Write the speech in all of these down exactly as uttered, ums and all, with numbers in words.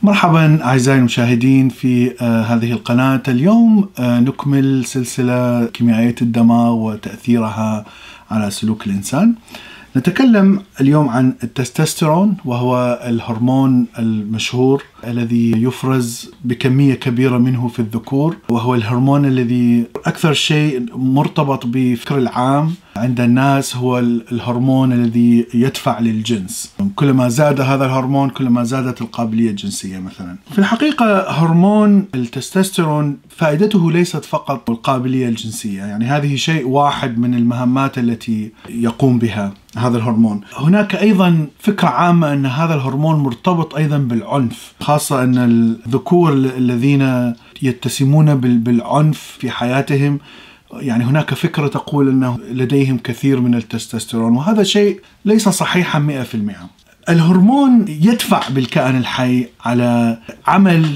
مرحبا أعزائي المشاهدين في آه هذه القناة. اليوم آه نكمل سلسلة كيميائية الدماغ وتأثيرها على سلوك الإنسان. نتكلم اليوم عن التستوستيرون، وهو الهرمون المشهور الذي يفرز بكمية كبيرة منه في الذكور، وهو الهرمون الذي أكثر شيء مرتبط بفكر العام عند الناس، هو الهرمون الذي يدفع للجنس. كلما زاد هذا الهرمون كلما زادت القابلية الجنسية. مثلا في الحقيقة هرمون التستوستيرون فائدته ليست فقط القابلية الجنسية، يعني هذه شيء واحد من المهمات التي يقوم بها هذا الهرمون. هناك أيضا فكرة عامة أن هذا الهرمون مرتبط أيضا بالعنف، خاصة أن الذكور الذين يتسمون بالعنف في حياتهم، يعني هناك فكرة تقول أنه لديهم كثير من التستوستيرون، وهذا شيء ليس صحيحا مئة في المئة. الهرمون يدفع بالكائن الحي على عمل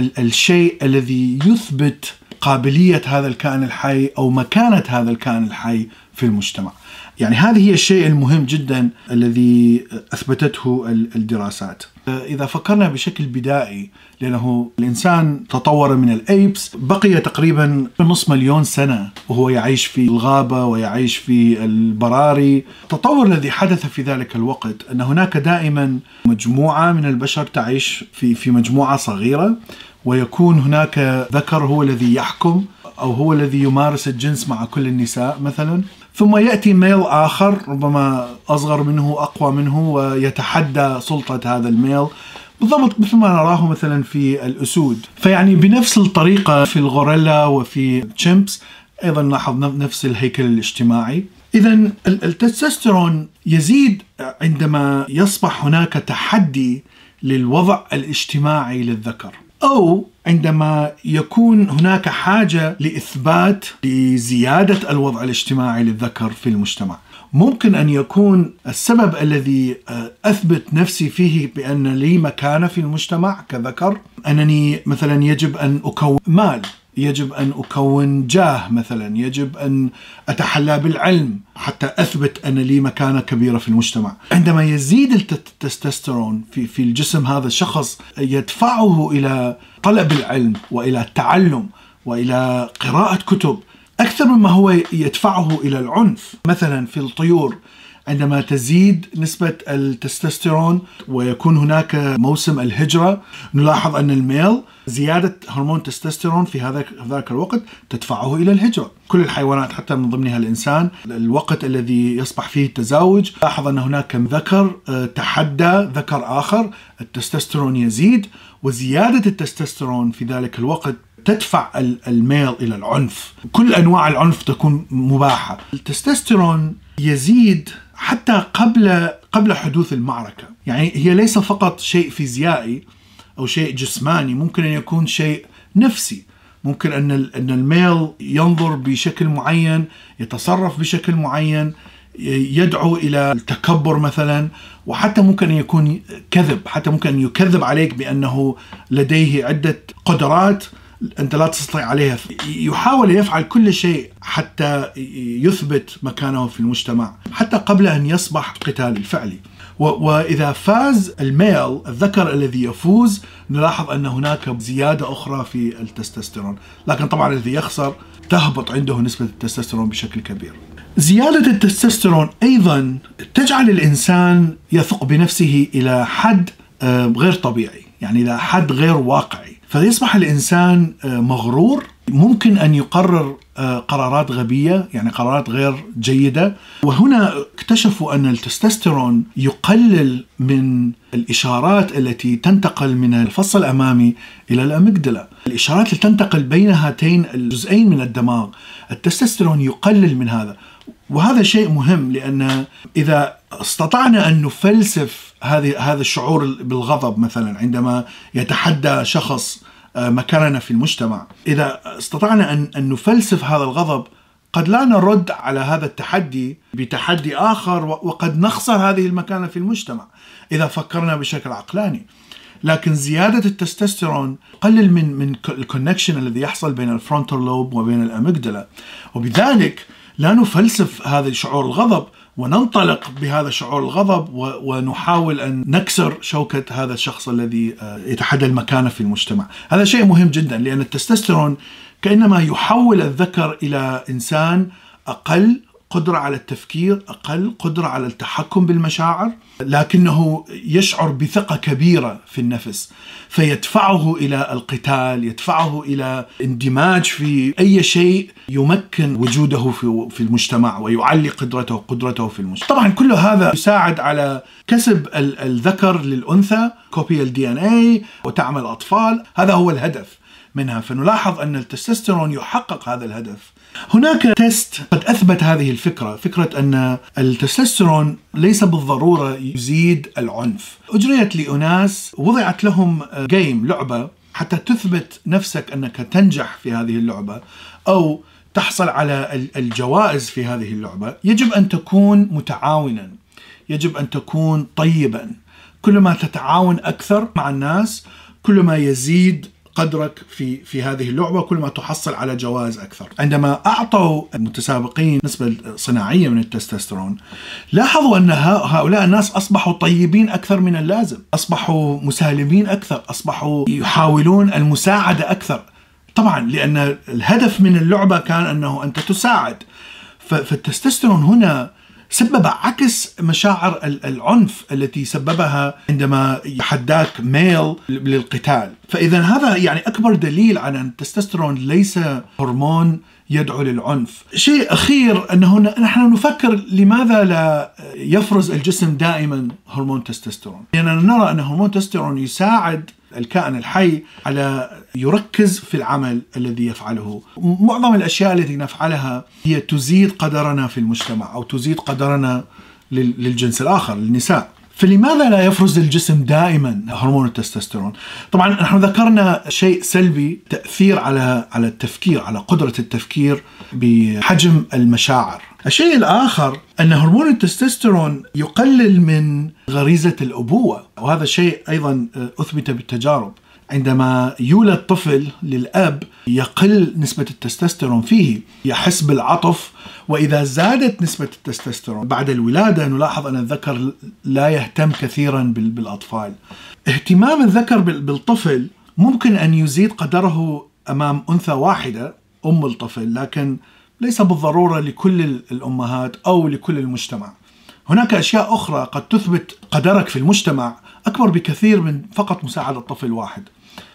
الشيء الذي يثبت قابلية هذا الكائن الحي أو مكانة هذا الكائن الحي في المجتمع. يعني هذه هي الشيء المهم جدا الذي أثبتته الدراسات. إذا فكرنا بشكل بدائي، لأنه الإنسان تطور من الأيبس، بقي تقريبا نصف مليون سنة وهو يعيش في الغابة ويعيش في البراري. التطور الذي حدث في ذلك الوقت أن هناك دائما مجموعة من البشر تعيش في في مجموعة صغيرة، ويكون هناك ذكر هو الذي يحكم أو هو الذي يمارس الجنس مع كل النساء مثلا، ثم يأتي ميل آخر ربما أصغر منه أقوى منه ويتحدى سلطة هذا الميل، بالضبط مثل ما نراه مثلا في الأسود. فيعني بنفس الطريقة في الغوريلا وفي الشيمبس أيضا نلاحظ نفس الهيكل الاجتماعي. إذن التستوستيرون يزيد عندما يصبح هناك تحدي للوضع الاجتماعي للذكر، أو عندما يكون هناك حاجة لإثبات لزيادة الوضع الاجتماعي للذكر في المجتمع. ممكن أن يكون السبب الذي أثبت نفسي فيه بأن لي مكانة في المجتمع كذكر أنني مثلا يجب أن أكون مال، يجب أن أكون جاه، مثلا يجب أن أتحلى بالعلم حتى أثبت أن لي مكانة كبيرة في المجتمع. عندما يزيد التستوستيرون في في الجسم هذا الشخص، يدفعه إلى طلب العلم وإلى التعلم وإلى قراءة كتب أكثر مما هو يدفعه إلى العنف. مثلا في الطيور، عندما تزيد نسبة التستوستيرون ويكون هناك موسم الهجرة، نلاحظ أن الميل زيادة هرمون التستوستيرون في هذا ذاك الوقت تدفعه إلى الهجرة. كل الحيوانات حتى من ضمنها الإنسان، الوقت الذي يصبح فيه التزاوج، لاحظ أن هناك ذكر تحدى ذكر آخر، التستوستيرون يزيد، وزيادة التستوستيرون في ذلك الوقت تدفع الميل إلى العنف. كل أنواع العنف تكون مباحة. التستوستيرون يزيد حتى قبل قبل حدوث المعركة، يعني هي ليس فقط شيء فيزيائي أو شيء جسماني، ممكن أن يكون شيء نفسي. ممكن أن أن الميل ينظر بشكل معين، يتصرف بشكل معين، يدعو إلى التكبر مثلا، وحتى ممكن أن يكون كذب، حتى ممكن أن يكذب عليك بأنه لديه عدة قدرات أنت لا تستطيع عليها. يحاول يفعل كل شيء حتى يثبت مكانه في المجتمع، حتى قبل أن يصبح قتال الفعلي. وإذا فاز الميل، الذكر الذي يفوز، نلاحظ أن هناك زيادة أخرى في التستوستيرون، لكن طبعا الذي يخسر تهبط عنده نسبة التستوستيرون بشكل كبير. زيادة التستوستيرون أيضا تجعل الإنسان يثق بنفسه إلى حد غير طبيعي، يعني إلى حد غير واقعي، فيصبح الإنسان مغرور، ممكن أن يقرر قرارات غبية، يعني قرارات غير جيدة. وهنا اكتشفوا أن التستوستيرون يقلل من الإشارات التي تنتقل من الفص الأمامي إلى الأميجدلا، الإشارات التي تنتقل بين هاتين الجزئين من الدماغ. التستوستيرون يقلل من هذا، وهذا شيء مهم، لأن إذا استطعنا أن نفلسف هذه هذا الشعور بالغضب مثلا عندما يتحدى شخص مكاننا في المجتمع، إذا استطعنا أن أن نفلسف هذا الغضب، قد لا نرد على هذا التحدي بتحدي آخر، وقد نخسر هذه المكانة في المجتمع إذا فكرنا بشكل عقلاني. لكن زيادة التستوستيرون قلل من من الكونكشن الذي يحصل بين الفرونتال لوب وبين الأميجدلا، وبذلك لا نفلسف هذا الشعور الغضب، وننطلق بهذا شعور الغضب ونحاول أن نكسر شوكة هذا الشخص الذي يتحدى المكانة في المجتمع. هذا شيء مهم جدا، لأن التستوستيرون كأنما يحول الذكر إلى إنسان أقل قدرة على التفكير، أقل قدرة على التحكم بالمشاعر، لكنه يشعر بثقة كبيرة في النفس، فيدفعه إلى القتال، يدفعه إلى اندماج في أي شيء يمكن وجوده في المجتمع ويعلي قدرته قدرته في المجتمع. طبعا كل هذا يساعد على كسب الذكر للأنثى، كوبي الدي ان اي وتعمل أطفال. هذا هو الهدف منها. فنلاحظ أن التستوستيرون يحقق هذا الهدف. هناك تيست قد أثبت هذه الفكرة، فكرة أن التستوستيرون ليس بالضرورة يزيد العنف. أجريت لأناس وضعت لهم جيم، لعبة، حتى تثبت نفسك أنك تنجح في هذه اللعبة أو تحصل على الجوائز في هذه اللعبة. يجب أن تكون متعاونا، يجب أن تكون طيبا. كل ما تتعاون أكثر مع الناس كل ما يزيد قدرك في في هذه اللعبة، كل ما تحصل على جوائز أكثر. عندما أعطوا المتسابقين نسبة صناعية من التستوستيرون، لاحظوا أن هؤلاء الناس أصبحوا طيبين أكثر من اللازم، أصبحوا مسالمين أكثر، أصبحوا يحاولون المساعدة أكثر. طبعا لأن الهدف من اللعبة كان أنه أنت تساعد. فالتستوستيرون هنا سبب عكس مشاعر العنف التي سببها عندما يحداك ميل للقتال. فإذا هذا يعني أكبر دليل على أن التستوستيرون ليس هرمون يدعو للعنف. شيء أخير أنه نحن نفكر لماذا لا يفرز الجسم دائما هرمون تستوستيرون، لأننا نرى أن هرمون تستوستيرون يساعد الكائن الحي على يركز في العمل الذي يفعله. معظم الأشياء التي نفعلها هي تزيد قدرنا في المجتمع أو تزيد قدرنا للجنس الآخر، للنساء. فلماذا لا يفرز الجسم دائما هرمون التستوستيرون؟ طبعا نحن ذكرنا شيء سلبي، تأثير على على التفكير، على قدرة التفكير بحجم المشاعر. الشيء الآخر أن هرمون التستوستيرون يقلل من غريزة الأبوة، وهذا شيء أيضا أثبت بالتجارب. عندما يولد طفل للأب يقل نسبة التستوستيرون فيه، يحس بالعطف، وإذا زادت نسبة التستوستيرون بعد الولادة نلاحظ أن الذكر لا يهتم كثيرا بالأطفال. اهتمام الذكر بالطفل ممكن أن يزيد قدره أمام أنثى واحدة أم الطفل، لكن ليس بالضرورة لكل الأمهات أو لكل المجتمع. هناك أشياء أخرى قد تثبت قدرك في المجتمع أكبر بكثير من فقط مساعدة طفل واحد.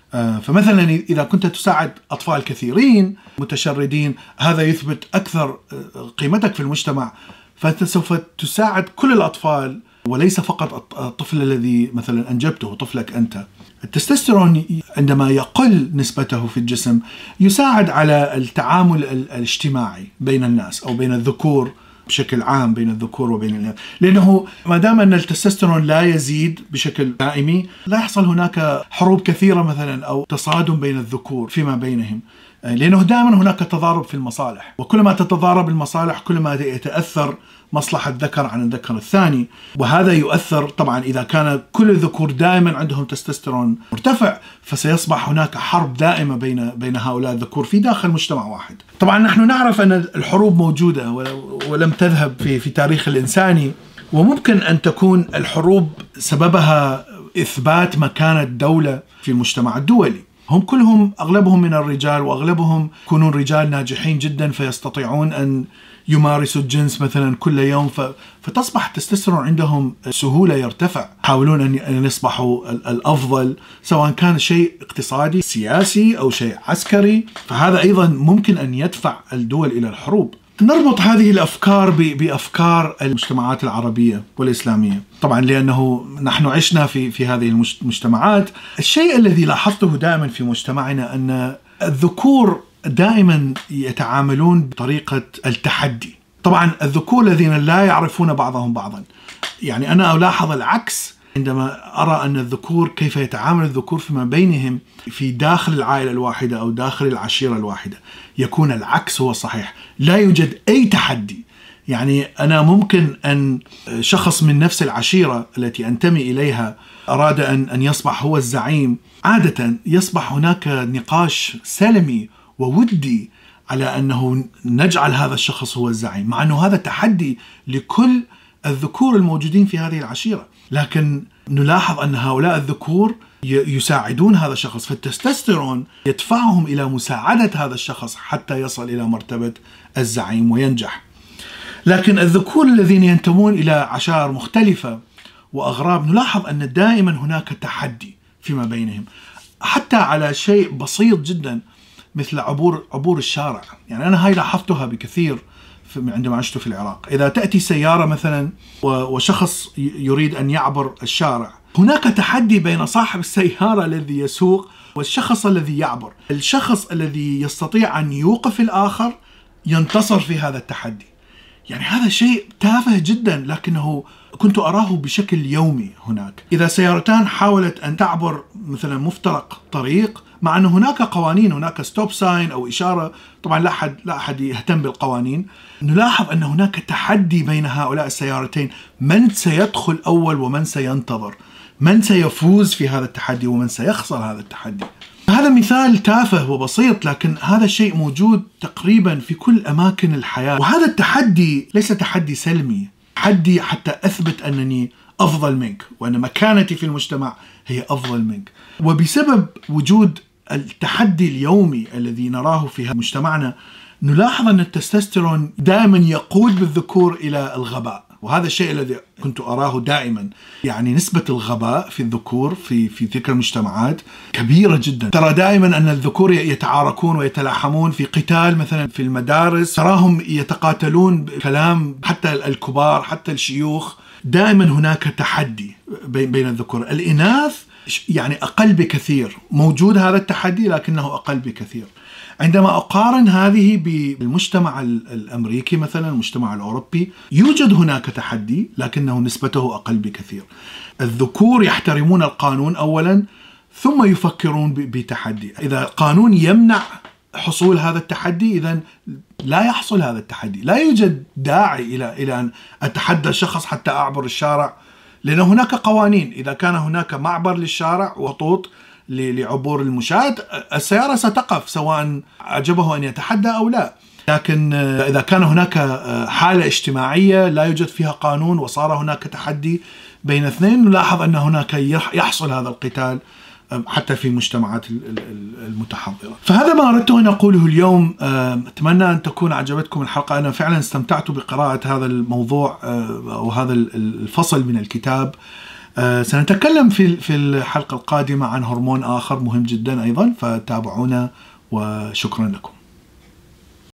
فمثلا إذا كنت تساعد أطفال كثيرين متشردين، هذا يثبت أكثر قيمتك في المجتمع، فأنت سوف تساعد كل الأطفال وليس فقط الطفل الذي مثلا أنجبته، طفلك أنت. التستوستيرون عندما يقل نسبته في الجسم يساعد على التعامل الاجتماعي بين الناس أو بين الذكور بشكل عام، بين الذكور وبين الإناث، لأنه ما دام أن التستوستيرون لا يزيد بشكل دائمي لا يحصل هناك حروب كثيرة مثلا أو تصادم بين الذكور فيما بينهم، لأنه دائما هناك تضارب في المصالح، وكلما تتضارب المصالح كلما يتأثر مصلحة الذكر عن الذكر الثاني. وهذا يؤثر طبعا إذا كان كل الذكور دائما عندهم تستوستيرون مرتفع، فسيصبح هناك حرب دائمة بين بين هؤلاء الذكور في داخل مجتمع واحد. طبعا نحن نعرف أن الحروب موجودة ولم تذهب في في تاريخ الإنساني، وممكن أن تكون الحروب سببها إثبات مكانة الدولة في المجتمع الدولي. هم كلهم أغلبهم من الرجال، وأغلبهم يكونون رجال ناجحين جدا فيستطيعون أن يمارسوا الجنس مثلا كل يوم، فتصبح التستوستيرون عندهم سهولة يرتفع، يحاولون أن يصبحوا الأفضل سواء كان شيء اقتصادي سياسي أو شيء عسكري، فهذا أيضا ممكن أن يدفع الدول إلى الحروب. نربط هذه الأفكار بأفكار المجتمعات العربية والإسلامية، طبعا لأنه نحن عشنا في في هذه المجتمعات. الشيء الذي لاحظته دائما في مجتمعنا أن الذكور دائما يتعاملون بطريقة التحدي. طبعا الذكور الذين لا يعرفون بعضهم بعضا، يعني أنا ألاحظ العكس عندما أرى أن الذكور كيف يتعامل الذكور فيما بينهم في داخل العائلة الواحدة أو داخل العشيرة الواحدة، يكون العكس هو الصحيح، لا يوجد أي تحدي. يعني أنا ممكن أن شخص من نفس العشيرة التي أنتمي إليها أراد أن أن يصبح هو الزعيم، عادة يصبح هناك نقاش سلمي وودي على أنه نجعل هذا الشخص هو الزعيم، مع أنه هذا تحدي لكل الذكور الموجودين في هذه العشيرة. لكن نلاحظ أن هؤلاء الذكور يساعدون هذا الشخص، فالتستوستيرون يدفعهم إلى مساعدة هذا الشخص حتى يصل إلى مرتبة الزعيم وينجح. لكن الذكور الذين ينتمون إلى عشائر مختلفة وأغراب نلاحظ أن دائما هناك تحدي فيما بينهم، حتى على شيء بسيط جدا مثل عبور عبور الشارع. يعني أنا هاي لاحظتها بكثير عندما عشت في العراق. إذا تأتي سيارة مثلا وشخص يريد أن يعبر الشارع، هناك تحدي بين صاحب السيارة الذي يسوق والشخص الذي يعبر. الشخص الذي يستطيع أن يوقف الآخر ينتصر في هذا التحدي. يعني هذا شيء تافه جدا، لكنه كنت أراه بشكل يومي هناك. إذا سيارتان حاولت أن تعبر مثلا مفترق طريق، مع أن هناك قوانين، هناك ستوب ساين أو إشارة، طبعا لا أحد لا أحد يهتم بالقوانين، نلاحظ أن هناك تحدي بين هؤلاء السيارتين، من سيدخل أول ومن سينتظر، من سيفوز في هذا التحدي ومن سيخسر هذا التحدي. هذا مثال تافه وبسيط، لكن هذا الشيء موجود تقريبا في كل أماكن الحياة. وهذا التحدي ليس تحدي سلمي، تحدي حتى أثبت أنني أفضل منك وأن مكانتي في المجتمع هي أفضل منك. وبسبب وجود التحدي اليومي الذي نراه في مجتمعنا، نلاحظ أن التستوستيرون دائما يقود بالذكور إلى الغباء، وهذا الشيء الذي كنت أراه دائما. يعني نسبة الغباء في الذكور في في تلك المجتمعات كبيرة جدا. ترى دائما أن الذكور يتعاركون ويتلاحمون في قتال مثلا في المدارس، تراهم يتقاتلون بكلام، حتى الكبار حتى الشيوخ. دائما هناك تحدي بين الذكور. الإناث يعني أقل بكثير، موجود هذا التحدي لكنه أقل بكثير. عندما أقارن هذه بالمجتمع الأمريكي مثلا، المجتمع الأوروبي، يوجد هناك تحدي لكنه نسبته أقل بكثير. الذكور يحترمون القانون أولا ثم يفكرون بتحدي. إذا القانون يمنع حصول هذا التحدي، إذن لا يحصل هذا التحدي. لا يوجد داعي إلى إلى أن أتحدى الشخص حتى أعبر الشارع، لأن هناك قوانين. إذا كان هناك معبر للشارع وخطوط لعبور المشاة، السيارة ستقف سواء عجبه أن يتحدى أو لا. لكن إذا كان هناك حالة اجتماعية لا يوجد فيها قانون وصار هناك تحدي بين اثنين، نلاحظ أن هناك يحصل هذا القتال حتى في المجتمعات المتحضرة. فهذا ما أردت أن أقوله اليوم. أتمنى أن تكون عجبتكم الحلقة. أنا فعلا استمتعت بقراءة هذا الموضوع أو هذا الفصل من الكتاب. سنتكلم في في الحلقة القادمة عن هرمون آخر مهم جدا أيضا، فتابعونا وشكرا لكم.